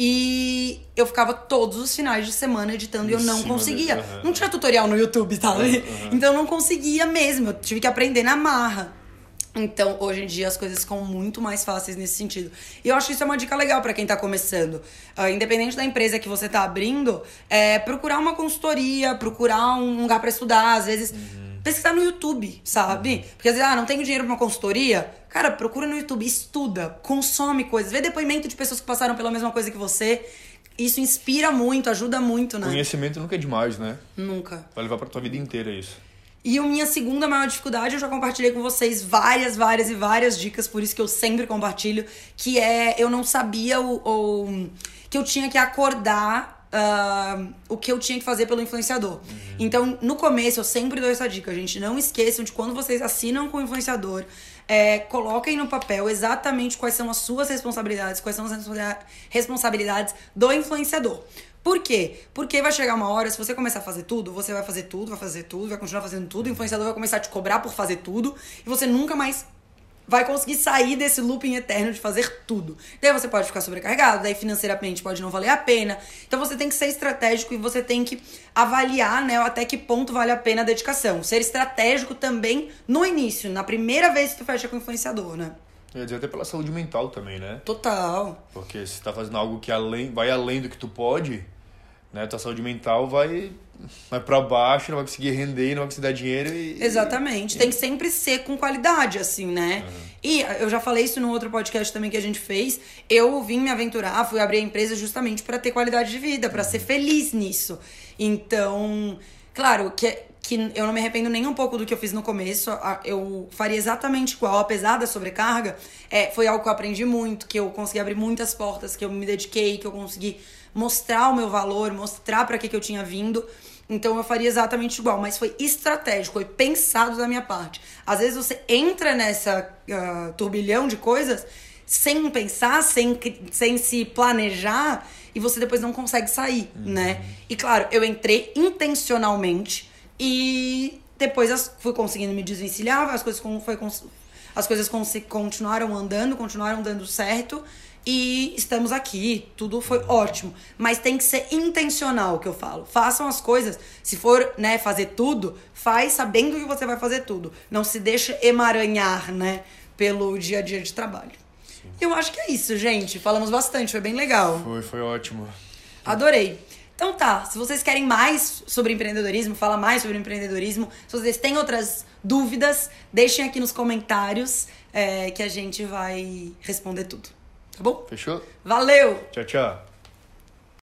E eu ficava todos os finais de semana editando e eu não conseguia. De... Uhum. Não tinha tutorial no YouTube, sabe? Uhum. Então eu não conseguia mesmo. Eu tive que aprender na marra. Então, hoje em dia, as coisas ficam muito mais fáceis nesse sentido. E eu acho que isso é uma dica legal pra quem tá começando. Uh, independente da empresa que você tá abrindo, é procurar uma consultoria, procurar um lugar pra estudar. Às vezes, uhum. pesquisar no YouTube, sabe? Uhum. Porque às vezes, ah, não tenho dinheiro pra uma consultoria. Cara, procura no YouTube, estuda, consome coisas. Vê depoimento de pessoas que passaram pela mesma coisa que você. Isso inspira muito, ajuda muito, né? Conhecimento nunca é demais, né? Nunca. Vai levar pra tua vida inteira isso. E a minha segunda maior dificuldade, eu já compartilhei com vocês várias, várias e várias dicas, por isso que eu sempre compartilho, que é, eu não sabia o, o que eu tinha que acordar uh, o que eu tinha que fazer pelo influenciador. Uhum. Então, no começo, eu sempre dou essa dica, gente, não esqueçam de quando vocês assinam com o influenciador, é, coloquem no papel exatamente quais são as suas responsabilidades, quais são as responsabilidades do influenciador. Por quê? Porque vai chegar uma hora, se você começar a fazer tudo, você vai fazer tudo, vai fazer tudo, vai continuar fazendo tudo, o influenciador vai começar a te cobrar por fazer tudo, e você nunca mais vai conseguir sair desse looping eterno de fazer tudo. Daí você pode ficar sobrecarregado, daí financeiramente pode não valer a pena. Então você tem que ser estratégico e você tem que avaliar, né, até que ponto vale a pena a dedicação. Ser estratégico também no início, na primeira vez que tu fecha com o influenciador, né? Eu ia dizer até pela saúde mental também, né? Total. Porque se tá fazendo algo que além, vai além do que tu pode, né? Tua saúde mental vai, vai pra baixo, não vai conseguir render, não vai conseguir dar dinheiro e... Exatamente. E... Tem que sempre ser com qualidade, assim, né? Uhum. E eu já falei isso no outro podcast também que a gente fez. Eu vim me aventurar, fui abrir a empresa justamente pra ter qualidade de vida, pra uhum. ser feliz nisso. Então, claro, que... que eu não me arrependo nem um pouco do que eu fiz no começo, eu faria exatamente igual, apesar da sobrecarga, é, foi algo que eu aprendi muito, que eu consegui abrir muitas portas, que eu me dediquei, que eu consegui mostrar o meu valor, mostrar pra que, que eu tinha vindo, então eu faria exatamente igual, mas foi estratégico, foi pensado da minha parte. Às vezes você entra nessa uh, turbilhão de coisas sem pensar, sem, sem se planejar, e você depois não consegue sair, uhum. né? E claro, eu entrei intencionalmente, e depois as, fui conseguindo me desvencilhar, as coisas, foi, as coisas continuaram andando, continuaram dando certo. E estamos aqui, tudo foi ótimo. Mas tem que ser intencional, o que eu falo. Façam as coisas, se for, né, fazer tudo, faz sabendo que você vai fazer tudo. Não se deixa emaranhar, né, pelo dia a dia de trabalho. Sim. Eu acho que é isso, gente. Falamos bastante, foi bem legal. Foi, foi ótimo. Adorei. Então tá, se vocês querem mais sobre empreendedorismo, falar mais sobre empreendedorismo, se vocês têm outras dúvidas, deixem aqui nos comentários é, que a gente vai responder tudo. Tá bom? Fechou? Valeu! Tchau, tchau.